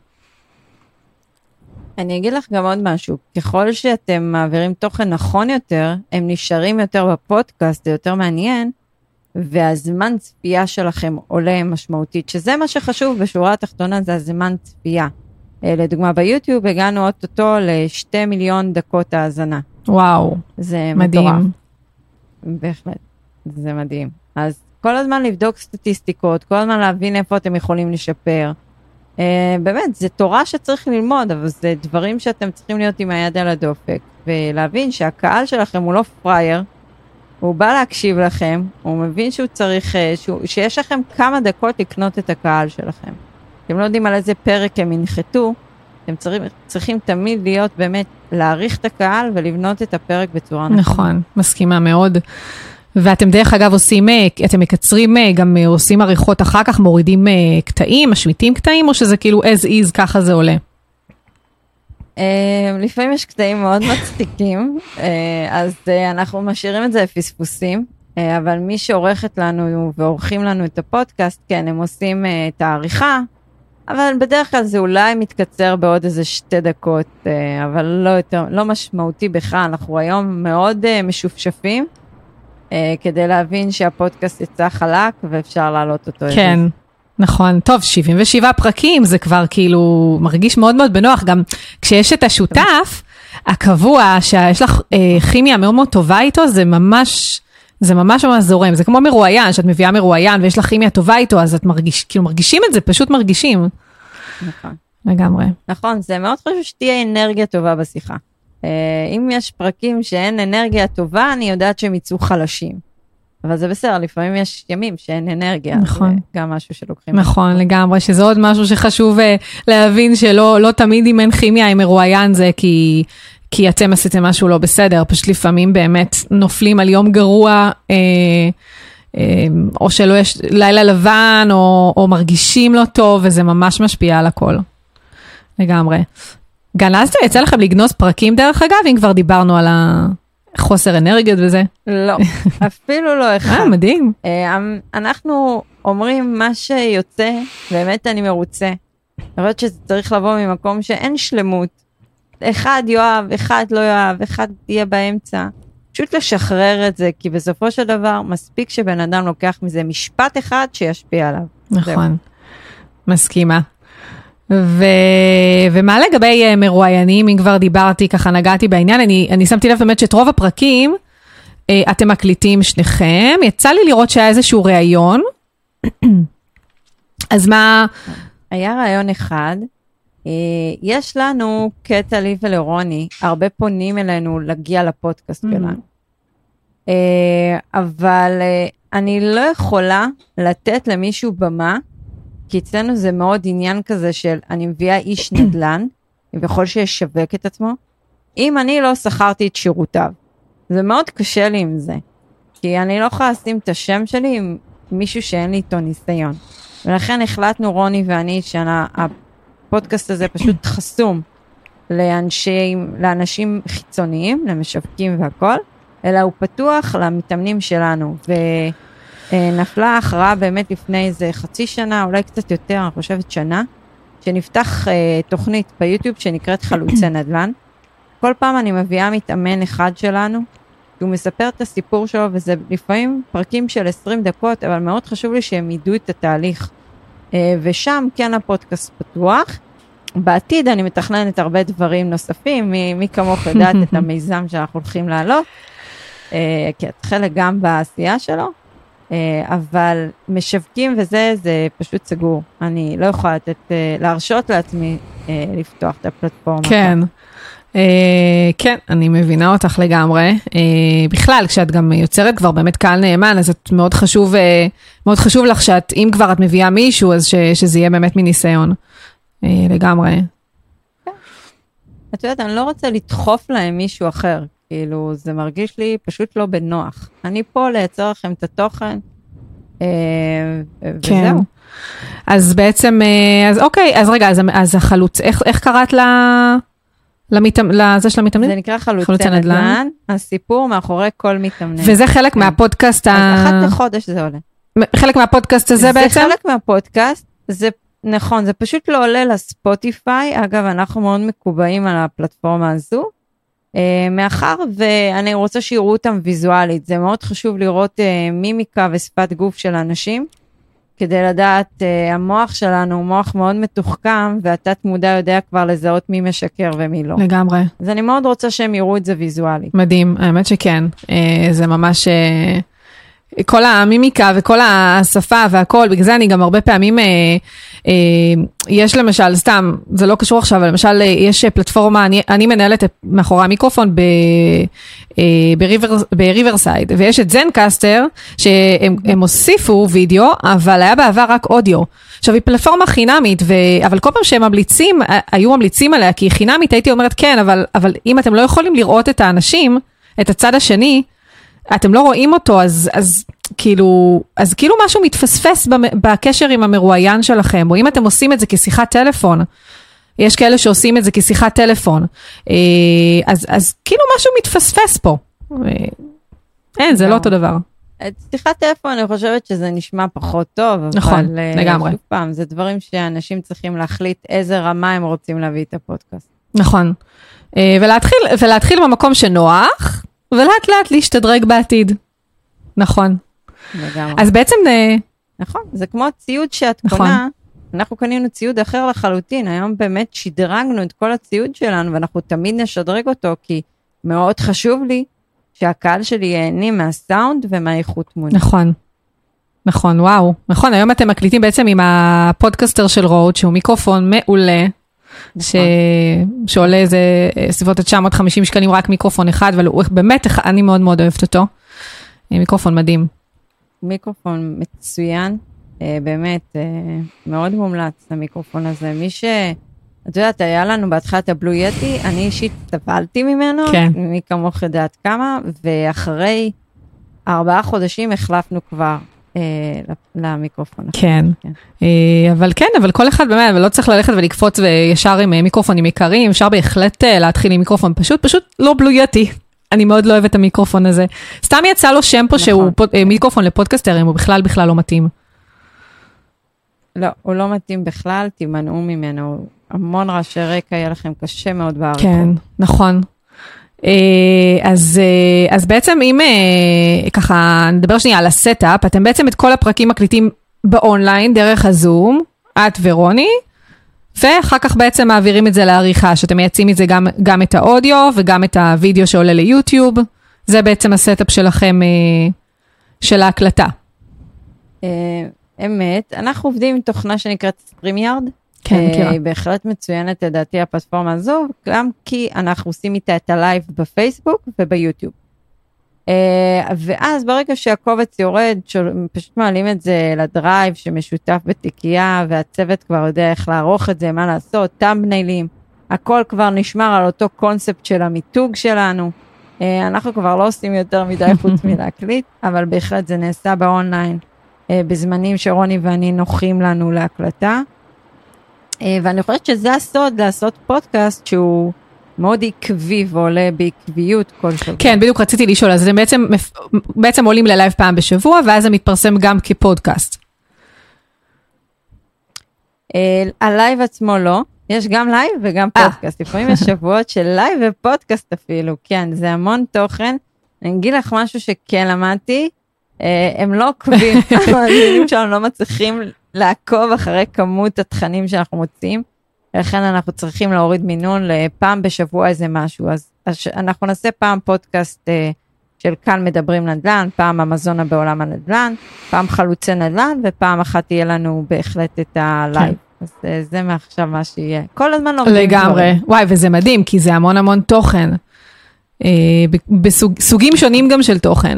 אני אגיד לך גם עוד משהו, ככל שאתם מעבירים תוכן נכון יותר, הם נשארים יותר בפודקאסט, זה יותר מעניין, והזמן צפייה שלכם עולה משמעותית, שזה מה שחשוב בשורה התחתונה, זה הזמן צפייה. לדוגמה ביוטיוב הגענו אוטוטו לשתי מיליון דקות האזנה. וואו, זה מדהים. מטורף. בהחלט, זה מדהים. אז כל הזמן לבדוק סטטיסטיקות, כל הזמן להבין איפה אתם יכולים לשפר. באמת, זה תורה שצריך ללמוד, אבל זה דברים שאתם צריכים להיות עם היד על הדופק, ולהבין שהקהל שלכם הוא לא פרייר, הוא בא להקשיב לכם, הוא מבין שהוא צריך, שהוא, שיש לכם כמה דקות לקנות את הקהל שלכם. אתם לא יודעים על איזה פרק הם ינחתו, אתם צריכים, צריכים תמיד להיות באמת, להעריך את הקהל ולבנות את הפרק בצורה נכונה. נכון, מסכימה מאוד. ואתם דרך אגב עושים, אתם מקצרים, גם עושים עריכות אחר כך, מורידים קטעים, משמיטים קטעים, או שזה כאילו as is, ככה זה עולה? לפעמים יש קטעים מאוד מצחיקים, אז אנחנו משאירים את זה לפספוסים, אבל מי שעורכת לנו ועורכים לנו את הפודקאסט, כן, הם עושים את העריכה, אבל בדרך כלל זה אולי מתקצר בעוד איזה שתי דקות, אבל לא יותר, לא משמעותי בכלל, אנחנו היום מאוד משופשפים, כדי להבין שהפודקאסט יצא חלק ואפשר להעלות אותו. כן. נכון, טוב, שבעים ושבעה פרקים, זה כבר כאילו מרגיש מאוד מאוד בנוח, גם כשיש את השותף, הקבוע, שיש לך אה, כימיה מאוד מאוד טובה איתו, זה ממש, זה ממש ממש זורם, זה כמו מרואיין, שאת מביאה מרואיין, ויש לך כימיה טובה איתו, אז את מרגיש, כאילו מרגישים את זה, פשוט מרגישים. נכון. לגמרי. נכון, זה מאוד חשוב שתהיה אנרגיה טובה בשיחה. אה, אם יש פרקים שאין אנרגיה טובה, אני יודעת שהם יצאו חלשים. אבל זה בסדר, לפעמים יש ימים שאין אנרגיה, נכון. זה גם משהו שלוקחים. נכון, לגמרי, שזה עוד משהו שחשוב להבין שלא לא תמיד אם אין כימיה עם מרואיין זה כי, כי אתם עשיתם משהו לא בסדר, פשוט לפעמים באמת נופלים על יום גרוע, אה, אה, או שלא יש לילה לבן, או, או מרגישים לא טוב, וזה ממש משפיע על הכל. לגמרי. גנזת, יצא לכם לגנוז פרקים דרך אגב, אם כבר דיברנו על ה... חוסר אנרגיות וזה? לא, אפילו לא אחד. אה, מדהים. אנחנו אומרים מה שיוצא, באמת אני מרוצה. אני חושבת שזה צריך לבוא ממקום שאין שלמות. אחד יואב, אחד לא יואב, אחד יהיה באמצע. פשוט לשחרר את זה, כי בסופו של דבר מספיק שבן אדם לוקח מזה משפט אחד שישפיע עליו. נכון, מסכימה. ו... ומה לגבי מרואיינים, אם כבר דיברתי, ככה נגעתי בעניין, אני, אני שמתי לב באמת שאת רוב הפרקים, אתם מקליטים שניכם, יצא לי לראות שהיה איזשהו ראיון, אז מה... היה ראיון אחד, יש לנו קטע לי ולרוני, הרבה פונים אלינו להגיע לפודקאסט שלנו, אבל אני לא יכולה לתת למישהו במה, כי אצלנו זה מאוד עניין כזה של אני מביאה איש נדל"ן, ויכול שישווק את עצמו, אם אני לא שכרתי את שירותיו. זה מאוד קשה לי עם זה, כי אני לא יכולה לשים את השם שלי עם מישהו שאין לי איתו ניסיון. ולכן החלטנו רוני ואני שהפודקאסט הזה פשוט חסום לאנשים, לאנשים חיצוניים, למשווקים והכל, אלא הוא פתוח למתאמנים שלנו, ונפלה הכרעה באמת לפני איזה חצי שנה, אולי קצת יותר, אני חושבת שנה, שנפתח תוכנית ביוטיוב שנקראת חלוצי נדל"ן. כל פעם אני מביאה מתאמן אחד שלנו, הוא מספר את הסיפור שלו, וזה לפעמים פרקים של עשרים דקות, אבל מאוד חשוב לי שהם ידעו את התהליך. ושם כן הפודקאסט פתוח. בעתיד אני מתכננת הרבה דברים נוספים, מי, מי כמוך יודעת את המיזם שאנחנו הולכים לעלות, כי את חלק גם בעשייה שלו, אבל משווקים וזה, זה פשוט סגור. אני לא יכולה לתת, להרשות לעצמי לפתוח את הפלטפורמה. כן. Uh, כן, אני מבינה אותך לגמרי. Uh, בכלל, כשאת גם יוצרת כבר באמת קהל נאמן, אז את מאוד חשוב, uh, מאוד חשוב לך שאת, אם כבר את מביאה מישהו, אז ש, שזה יהיה באמת מניסיון. Uh, לגמרי. כן. את יודעת, אני לא רוצה לדחוף להם מישהו אחר. כאילו, זה מרגיש לי פשוט לא בנוח. אני פה לייצר לכם את התוכן, uh, כן. וזהו. אז בעצם, uh, אז אוקיי, אז רגע, אז, אז החלוץ, איך, איך קראת לה... לזה של המתאמנים? זה נקרא חלוצי נדל"ן, הסיפור מאחורי כל מתאמנים. וזה חלק מהפודקאסט ה... אז אחת לחודש זה עולה. חלק מהפודקאסט הזה בעצם? זה חלק מהפודקאסט, זה נכון, זה פשוט לא עולה לספוטיפיי, אגב אנחנו מאוד מקובעים על הפלטפורמה הזו, מאחר ואני רוצה שיראו אותם ויזואלית, זה מאוד חשוב לראות מימיקה ושפת גוף של אנשים, כדי לדעת, המוח שלנו הוא מוח מאוד מתוחכם, והתת מודע יודע כבר לזהות מי משקר ומי לא. לגמרי. אז אני מאוד רוצה שהם יראו את זה ויזואלית. מדהים, האמת שכן. זה ממש, כל המימיקה וכל השפה והכל, בגלל זה אני גם הרבה פעמים, יש למשל, סתם, זה לא קשור עכשיו, אבל למשל יש פלטפורמה, אני, אני מנהלת מאחורי המיקרופון ב, בריבר, בריברסייד, ויש את זנקסטר, שהם הם הוסיפו וידאו, אבל היה בעבר רק אודיו. עכשיו, היא פלטפורמה חינמית, ו, אבל כל פעם שהם ממליצים, היו ממליצים עליה, כי היא חינמית, הייתי אומרת כן, אבל, אבל אם אתם לא יכולים לראות את האנשים, את הצד השני, אתם לא רואים אותו, אז, אז כאילו, אז כאילו משהו מתפספס בקשר עם המרואיין שלכם, או אם אתם עושים את זה כשיחת טלפון, יש כאלה שעושים את זה כשיחת טלפון, אז, אז כאילו משהו מתפספס פה. אין, זה לא אותו דבר. את שיחת טלפון, אני חושבת שזה נשמע פחות טוב, נכון, אבל לגמרי. שוב פעם, זה דברים שאנשים צריכים להחליט איזה רמה הם רוצים להביא את הפודקאסט. נכון. ולהתחיל, ולהתחיל במקום שנוח, ולאט לאט להשתדרג בעתיד. נכון. לגמרי. אז בעצם... נכון, זה כמו ציוד שאת נכון. קונה, אנחנו קנינו ציוד אחר לחלוטין, היום באמת שדרגנו את כל הציוד שלנו, ואנחנו תמיד נשדרג אותו, כי מאוד חשוב לי שהקהל שלי ייהנה מהסאונד ומהאיכות תמונה. נכון. נכון, וואו. נכון, היום אתם מקליטים בעצם עם הפודקאסטר של רוד, שהוא מיקרופון מעולה, ש... שעולה איזה סביבות תשע מאות וחמישים שקלים רק מיקרופון אחד, אבל הוא באמת, אני מאוד מאוד אוהבת אותו. מיקרופון מדהים. מיקרופון מצוין, באמת מאוד מומלץ המיקרופון הזה. מי ש... את יודעת, היה לנו בהתחלת הבלו יטי, אני אישית סבלתי ממנו, כן. מי כמוך יודעת כמה, ואחרי ארבעה חודשים החלפנו כבר למיקרופון. כן. כן. אבל כן, אבל כל אחד באמת, ולא צריך ללכת ולקפוץ וישר עם מיקרופונים יקרים, אפשר בהחלט להתחיל עם מיקרופון פשוט, פשוט לא בלו יטי. אני מאוד לא אוהבת את המיקרופון הזה. סתם יצא לו שם פה נכון. שהוא פוד, מיקרופון לפודקסטרים, הוא בכלל בכלל לא מתאים. לא, הוא לא מתאים בכלל, תימנעו ממנו. המון רעשי רקע, יהיה לכם קשה מאוד בעריכות. כן, נכון. אז, אז בעצם אם ככה נדבר שנייה על הסטאפ, אתם בעצם את כל הפרקים מקליטים באונליין דרך הזום, את ורוני, ואחר כך בעצם מעבירים את זה לעריכה, שאתם מייצאים את זה גם, גם את האודיו וגם את הוידאו שעולה ליוטיוב, זה בעצם הסטאפ שלכם של ההקלטה. אמת, אנחנו עובדים עם תוכנה שנקראת סטרימיארד, כן, מכירה. היא בהחלט מצוינת לדעתי הפלטפורמה הזו, גם כי אנחנו עושים איתה את הלייב בפייסבוק וביוטיוב. ואז ברגע שהקובץ יורד, פשוט מעלים את זה לדרייב שמשותף בתיקייה, והצוות כבר יודע איך לערוך את זה, מה לעשות, טאמבניילים, הכל כבר נשמר על אותו קונספט של המיתוג שלנו. אנחנו כבר לא עושים יותר מדי חוץ מלהקליט, אבל בהחלט זה נעשה באונליין, בזמנים שרוני ואני נוחים לנו להקלטה. ואני חושבת שזה הסוד לעשות פודקאסט שהוא מאוד עקבי ועולה בעקביות כל שבוע. כן, בדיוק רציתי לשאול, אז הם בעצם, בעצם עולים ללייב פעם בשבוע, ואז זה מתפרסם גם כפודקאסט. הלייב עצמו לא, יש גם לייב וגם פודקאסט. לפעמים יש שבועות של לייב ופודקאסט אפילו, כן, זה המון תוכן. אני אגיד לך משהו שכן למדתי, הם לא עוקבים, המאזינים שלנו לא מצליחים לעקוב אחרי כמות התכנים שאנחנו מוצאים, ולכן אנחנו צריכים להוריד מינון לפעם בשבוע איזה משהו, אז אנחנו נעשה פעם פודקאסט של כאן מדברים נדל"ן, פעם אמזונה בעולם הנדל"ן, פעם חלוצי נדל"ן, ופעם אחת תהיה לנו בהחלט את הלייב. אז זה מעכשיו מה שיהיה. כל הזמן לא מדברים. לגמרי. וואי, וזה מדהים, כי זה המון המון תוכן. בסוגים שונים גם של תוכן.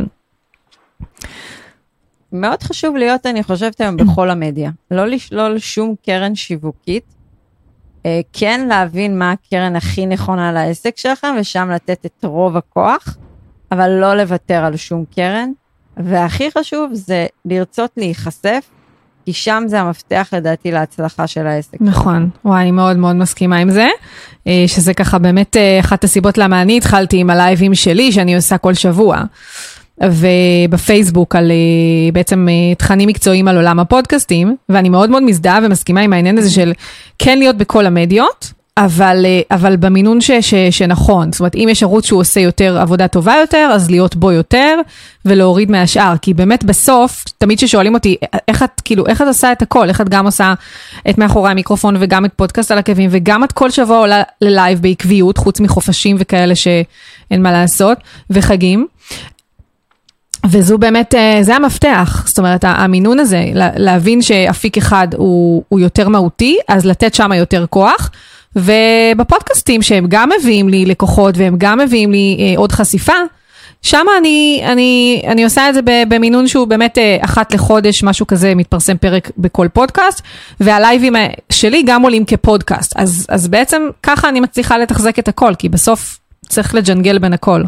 מאוד חשוב להיות, אני חושבת היום, בכל המדיה. לא לשלול שום קרן שיווקית, כן להבין מה הקרן הכי נכונה לעסק שלכם, ושם לתת את רוב הכוח, אבל לא לוותר על שום קרן. והכי חשוב זה לרצות להיחשף, כי שם זה המפתח לדעתי להצלחה של העסק. נכון, וואי, אני מאוד מאוד מסכימה עם זה, שזה ככה באמת אחת הסיבות למה אני התחלתי עם הלייבים שלי, שאני עושה כל שבוע, ובפייסבוק על בעצם תכנים מקצועיים על עולם הפודקאסטים, ואני מאוד מאוד מזדהה ומסכימה עם העניין הזה של כן להיות בכל המדיות, אבל, אבל במינון ש, ש, שנכון, זאת אומרת, אם יש ערוץ שהוא עושה יותר עבודה טובה יותר, אז להיות בו יותר, ולהוריד מהשאר, כי באמת בסוף, תמיד ששואלים אותי, איך את, כאילו, איך את עושה את הכל, איך את גם עושה את מאחורי המיקרופון, וגם את פודקאסט על עקבים, וגם את כל שבוע עולה ללייב בעקביות, חוץ מחופשים וכאלה שאין מה לעשות, וחגים, וזו באמת, זה המפתח, זאת אומרת, המינון הזה, להבין שאפיק אחד הוא, הוא יותר מהותי, אז לתת שם יותר כוח, ובפודקאסטים שהם גם מביאים לי לקוחות, והם גם מביאים לי אה, עוד חשיפה, שם אני, אני, אני עושה את זה במינון שהוא באמת אה, אחת לחודש, משהו כזה, מתפרסם פרק בכל פודקאסט, והלייבים שלי גם עולים כפודקאסט, אז, אז בעצם ככה אני מצליחה לתחזק את הכל, כי בסוף צריך לג'נגל בין הכל.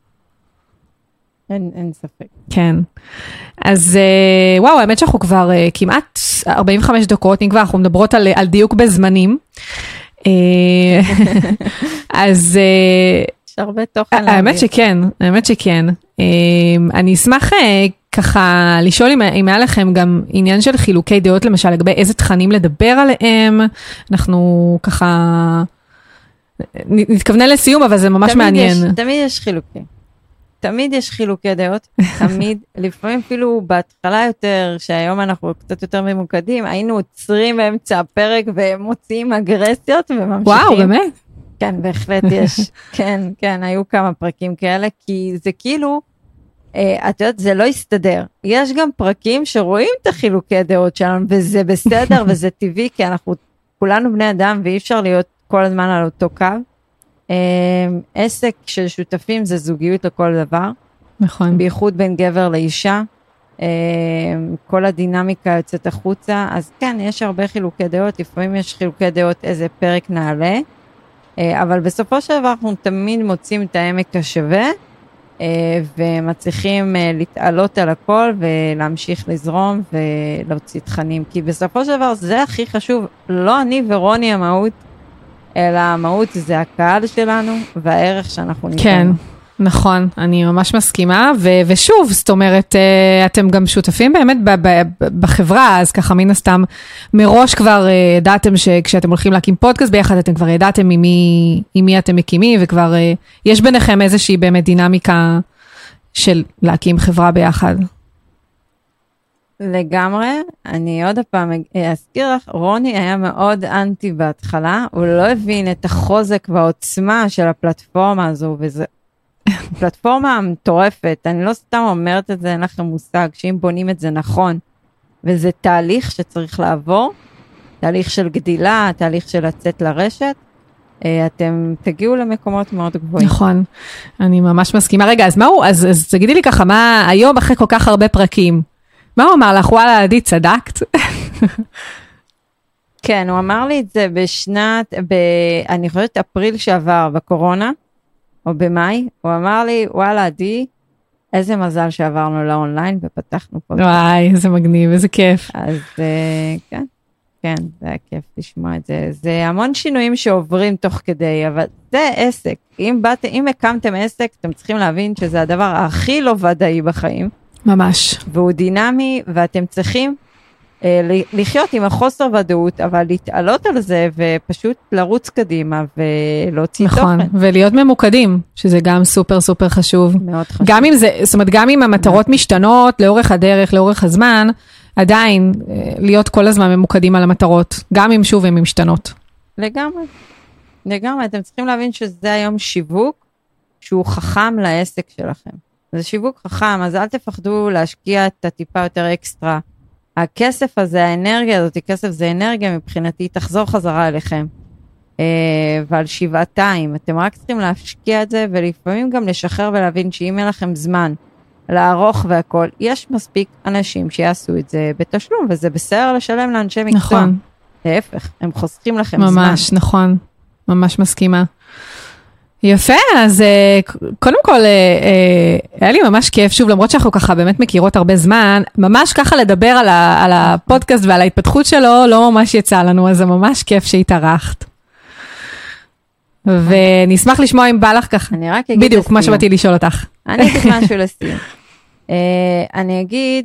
אין, אין ספק. כן. אז אה, וואו, האמת שאנחנו כבר אה, כמעט ארבעים וחמש דקות, אם כבר אנחנו מדברות על, על דיוק בזמנים, אז יש הרבה תוכן. האמת שכן, האמת שכן. אני אשמח ככה לשאול אם היה לכם גם עניין של חילוקי דעות, למשל לגבי איזה תכנים לדבר עליהם, אנחנו ככה נתכוונן לסיום, אבל זה ממש מעניין. תמיד יש חילוקי. תמיד יש חילוקי דעות, תמיד, לפעמים אפילו בהתחלה יותר, שהיום אנחנו קצת יותר ממוקדים, היינו עוצרים באמצע הפרק ומוציאים אגרסיות וממשיכים. וואו, באמת? כן, בהחלט יש, כן, כן, היו כמה פרקים כאלה, כי זה כאילו, אה, את יודעת, זה לא יסתדר. יש גם פרקים שרואים את החילוקי דעות שלנו, וזה בסדר וזה טבעי, כי אנחנו כולנו בני אדם, ואי אפשר להיות כל הזמן על אותו קו. עסק של שותפים זה זוגיות לכל דבר. נכון. בייחוד בין גבר לאישה. כל הדינמיקה יוצאת החוצה. אז כן, יש הרבה חילוקי דעות. לפעמים יש חילוקי דעות איזה פרק נעלה. אבל בסופו של דבר אנחנו תמיד מוצאים את העמק השווה. ומצליחים להתעלות על הכל ולהמשיך לזרום ולהוציא תכנים. כי בסופו של דבר זה הכי חשוב. לא אני ורוני המהות. אלא המהות זה הקהל שלנו, והערך שאנחנו ניתן. כן, נכון, אני ממש מסכימה, ו- ושוב, זאת אומרת, אתם גם שותפים באמת ב- ב- בחברה, אז ככה מן הסתם, מראש כבר ידעתם שכשאתם הולכים להקים פודקאסט ביחד, אתם כבר ידעתם עם מי, עם מי אתם מקימים, וכבר יש ביניכם איזושהי באמת דינמיקה של להקים חברה ביחד. לגמרי, אני עוד הפעם אזכיר לך, רוני היה מאוד אנטי בהתחלה, הוא לא הבין את החוזק והעוצמה של הפלטפורמה הזו, וזו פלטפורמה מטורפת, אני לא סתם אומרת את זה, אין לכם מושג, שאם בונים את זה נכון, וזה תהליך שצריך לעבור, תהליך של גדילה, תהליך של לצאת לרשת, אתם תגיעו למקומות מאוד גבוהים. נכון, אני ממש מסכימה. רגע, אז מהו, אז, אז תגידי לי ככה, מה היום אחרי כל כך הרבה פרקים, מה הוא אמר לך? וואלה, עדי, צדקת? כן, הוא אמר לי את זה בשנת, ב, אני חושבת אפריל שעבר, בקורונה, או במאי, הוא אמר לי, וואלה, עדי, איזה מזל שעברנו לאונליין, ופתחנו פה. וואי, איזה מגניב, איזה כיף. אז כן. כן, זה היה כיף לשמוע את זה. זה המון שינויים שעוברים תוך כדי, אבל זה עסק. אם, באת, אם הקמתם עסק, אתם צריכים להבין שזה הדבר הכי לא ודאי בחיים. ממש. והוא דינמי, ואתם צריכים אה, לחיות עם החוסר ודאות, אבל להתעלות על זה, ופשוט לרוץ קדימה, ולהוציא נכון, תוכן. נכון, ולהיות ממוקדים, שזה גם סופר סופר חשוב. מאוד חשוב. גם אם זה, זאת אומרת, גם אם המטרות משתנות, לאורך הדרך, לאורך הזמן, עדיין להיות כל הזמן ממוקדים על המטרות, גם אם שוב הן משתנות. לגמרי, לגמרי, אתם צריכים להבין שזה היום שיווק, שהוא חכם לעסק שלכם. זה שיווק חכם, אז אל תפחדו להשקיע את הטיפה יותר אקסטרה. הכסף הזה, האנרגיה הזאת, כסף זה אנרגיה מבחינתי, תחזור חזרה אליכם. ועל שבעתיים, אתם רק צריכים להשקיע את זה, ולפעמים גם לשחרר ולהבין שאם אין לכם זמן, לערוך והכל, יש מספיק אנשים שיעשו את זה בתשלום, וזה בסדר לשלם לאנשי מקצוע. נכון. להפך, הם חוסכים לכם ממש, זמן. ממש, נכון. ממש מסכימה. יפה, אז קודם כל, היה לי ממש כיף, שוב, למרות שאנחנו ככה באמת מכירות הרבה זמן, ממש ככה לדבר על, ה, על הפודקאסט ועל ההתפתחות שלו, לא ממש יצא לנו, אז זה ממש כיף שהתארחת. ונשמח לשמוע אם בא לך ככה. אני רק אגיד בדיוק, לסיום. מה שבאתי לשאול אותך. אני אגיד משהו לסיום. Uh, אני אגיד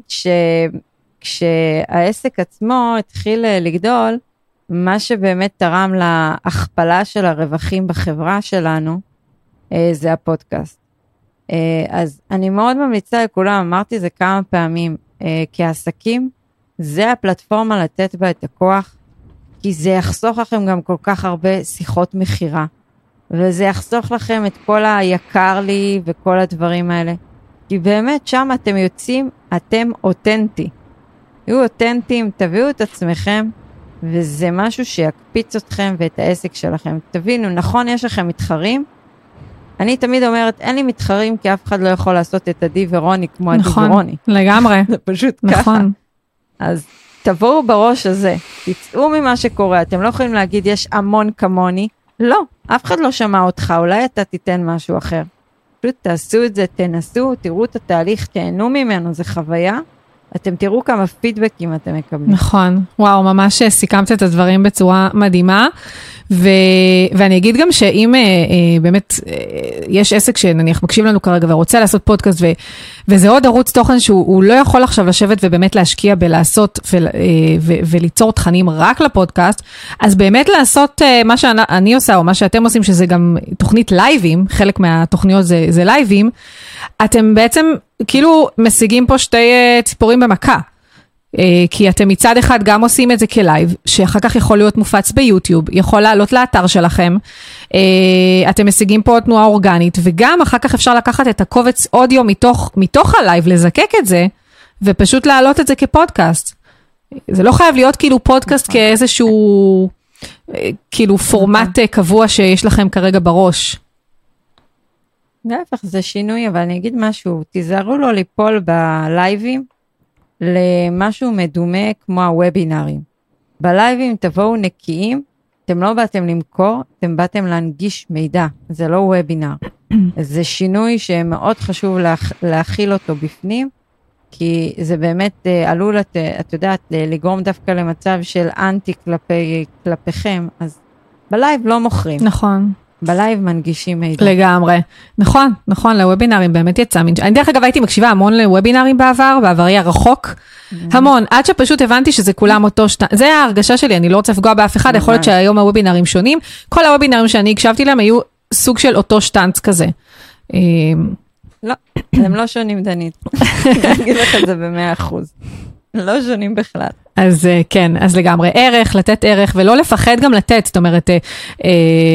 שכשהעסק עצמו התחיל לגדול, מה שבאמת תרם להכפלה של הרווחים בחברה שלנו, uh, זה הפודקאסט. Uh, אז אני מאוד ממליצה לכולם, אמרתי זה כמה פעמים, uh, כעסקים, זה הפלטפורמה לתת בה את הכוח, כי זה יחסוך לכם גם כל כך הרבה שיחות מחירה, וזה יחסוך לכם את כל היקר לי וכל הדברים האלה. כי באמת שם אתם יוצאים, אתם אותנטי. יהיו אותנטיים, תביאו את עצמכם, וזה משהו שיקפיץ אתכם ואת העסק שלכם. תבינו, נכון, יש לכם מתחרים? אני תמיד אומרת, אין לי מתחרים, כי אף אחד לא יכול לעשות את עדי ורוני כמו עדי נכון, ורוני. נכון, לגמרי. זה פשוט נכון. ככה. אז תבואו בראש הזה, תצאו ממה שקורה, אתם לא יכולים להגיד, יש המון כמוני. לא, אף אחד לא שמע אותך, אולי אתה תיתן משהו אחר. פשוט תעשו את זה, תנסו, תראו את התהליך, תהנו ממנו, זה חוויה, אתם תראו כמה פידבקים אתם מקבלים. נכון, וואו, ממש סיכמת את הדברים בצורה מדהימה, ו... ואני אגיד גם שאם אה, אה, באמת אה, יש עסק שנניח מקשיב לנו כרגע ורוצה לעשות פודקאסט, ו... וזה עוד ערוץ תוכן שהוא לא יכול עכשיו לשבת ובאמת להשקיע בלעשות ו... אה, ו... וליצור תכנים רק לפודקאסט, אז באמת לעשות אה, מה שאני עושה או מה שאתם עושים, שזה גם תוכנית לייבים, חלק מהתוכניות זה, זה לייבים, אתם בעצם כאילו משיגים פה שתי uh, ציפורים במכה, uh, כי אתם מצד אחד גם עושים את זה כלייב, שאחר כך יכול להיות מופץ ביוטיוב, יכול לעלות לאתר שלכם, uh, אתם משיגים פה תנועה אורגנית, וגם אחר כך אפשר לקחת את הקובץ אודיו מתוך, מתוך הלייב, לזקק את זה, ופשוט להעלות את זה כפודקאסט. זה לא חייב להיות כאילו פודקאסט כאיזשהו, uh, כאילו פורמט uh, קבוע שיש לכם כרגע בראש. להפך, זה שינוי, אבל אני אגיד משהו, תיזהרו לו ליפול בלייבים למשהו מדומה כמו הוובינרים. בלייבים תבואו נקיים, אתם לא באתם למכור, אתם באתם להנגיש מידע, זה לא וובינר. זה שינוי שמאוד חשוב להכ... להכיל אותו בפנים, כי זה באמת עלול, את, את יודעת, לגרום דווקא למצב של אנטי כלפי, כלפיכם, אז בלייב לא מוכרים. נכון. בלייב מנגישים מידע. לגמרי. נכון, נכון, לוובינרים באמת יצא. אני דרך אגב הייתי מקשיבה המון לוובינרים בעבר, בעברי הרחוק, המון, עד שפשוט הבנתי שזה כולם אותו שטנץ, זה ההרגשה שלי, אני לא רוצה לפגוע באף אחד, יכול להיות שהיום הוובינרים שונים, כל הוובינרים שאני הקשבתי להם היו סוג של אותו שטנץ כזה. לא, הם לא שונים דנית. אני אגיד לך את זה במאה אחוז. לא שונים בכלל. אז כן, אז לגמרי, ערך, לתת ערך, ולא לפחד גם לתת, זאת אומרת, אה, אה,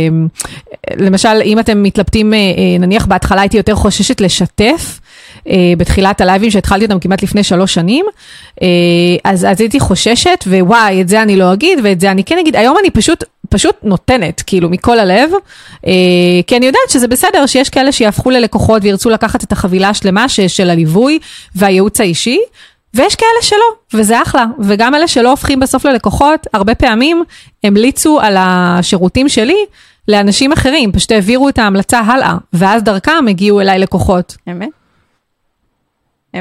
למשל, אם אתם מתלבטים, אה, נניח בהתחלה הייתי יותר חוששת לשתף, אה, בתחילת הלייבים שהתחלתי אותם כמעט לפני שלוש שנים, אה, אז, אז הייתי חוששת, ווואי, את זה אני לא אגיד, ואת זה אני כן אגיד, היום אני פשוט, פשוט נותנת, כאילו, מכל הלב, אה, כי אני יודעת שזה בסדר, שיש כאלה שיהפכו ללקוחות, וירצו לקחת את החבילה השלמה של הליווי, והייעוץ האישי, ויש כאלה שלא, וזה אחלה, וגם אלה שלא הופכים בסוף ללקוחות, הרבה פעמים המליצו על השירותים שלי לאנשים אחרים, פשוט העבירו את ההמלצה הלאה, ואז דרכם הגיעו אליי לקוחות. אמת? אמת,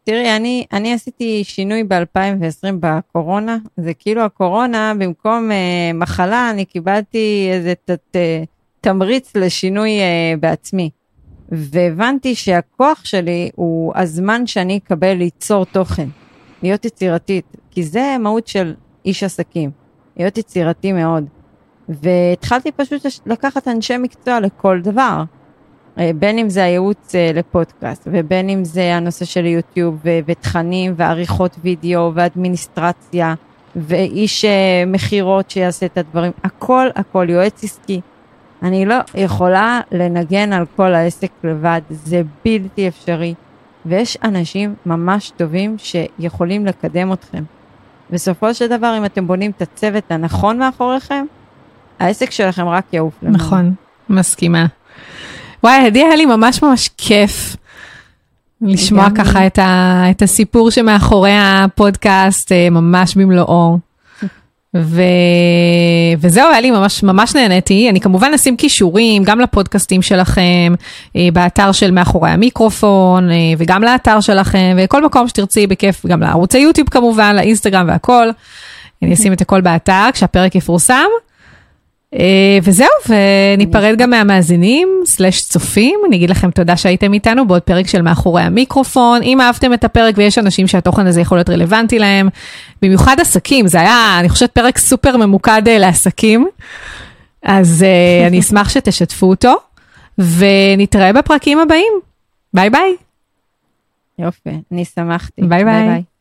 תראי, אני, אני עשיתי שינוי ב-אלפיים ועשרים בקורונה, זה כאילו הקורונה, במקום uh, מחלה, אני קיבלתי איזה ת, ת, תמריץ לשינוי uh, בעצמי. והבנתי שהכוח שלי הוא הזמן שאני אקבל ליצור תוכן, להיות יצירתית, כי זה מהות של איש עסקים, להיות יצירתי מאוד. והתחלתי פשוט לקחת אנשי מקצוע לכל דבר, בין אם זה הייעוץ לפודקאסט, ובין אם זה הנושא של יוטיוב, ו- ותכנים, ועריכות וידאו, ואדמיניסטרציה, ואיש מחירות שיעשה את הדברים, הכל, הכל, יועץ עסקי. אני לא יכולה לנגן על כל העסק לבד, זה בלתי אפשרי, ויש אנשים ממש טובים שיכולים לקדם אתכם. בסופו של דבר, אם אתם בונים את הצוות הנכון מאחוריכם, העסק שלכם רק יעוף למעלה. נכון, מסכימה. וואי, הדי, היה לי ממש ממש כיף לשמוע ככה את, ה, את הסיפור שמאחורי הפודקאסט, ממש במלואו. ו... וזהו, היה לי ממש, ממש נהניתי. אני כמובן אשים קישורים, גם לפודקאסטים שלכם, באתר של מאחורי המיקרופון, וגם לאתר שלכם, וכל מקום שתרצי בכיף, גם לערוץ היוטיוב כמובן, לאינסטגרם והכל. אני אשים את הכל באתר, כשהפרק יפורסם. וזהו, וניפרד גם מהמאזינים, סלש צופים. אני אגיד לכם תודה שהייתם איתנו בעוד פרק של מאחורי המיקרופון. אם אהבתם את הפרק ויש אנשים שהתוכן הזה יכול להיות רלוונטי להם, במיוחד עסקים, זה היה, אני חושבת, פרק סופר ממוקד לעסקים, אז אני אשמח שתשתפו אותו, ונתראה בפרקים הבאים. ביי ביי. יופי, אני שמחתי. ביי ביי.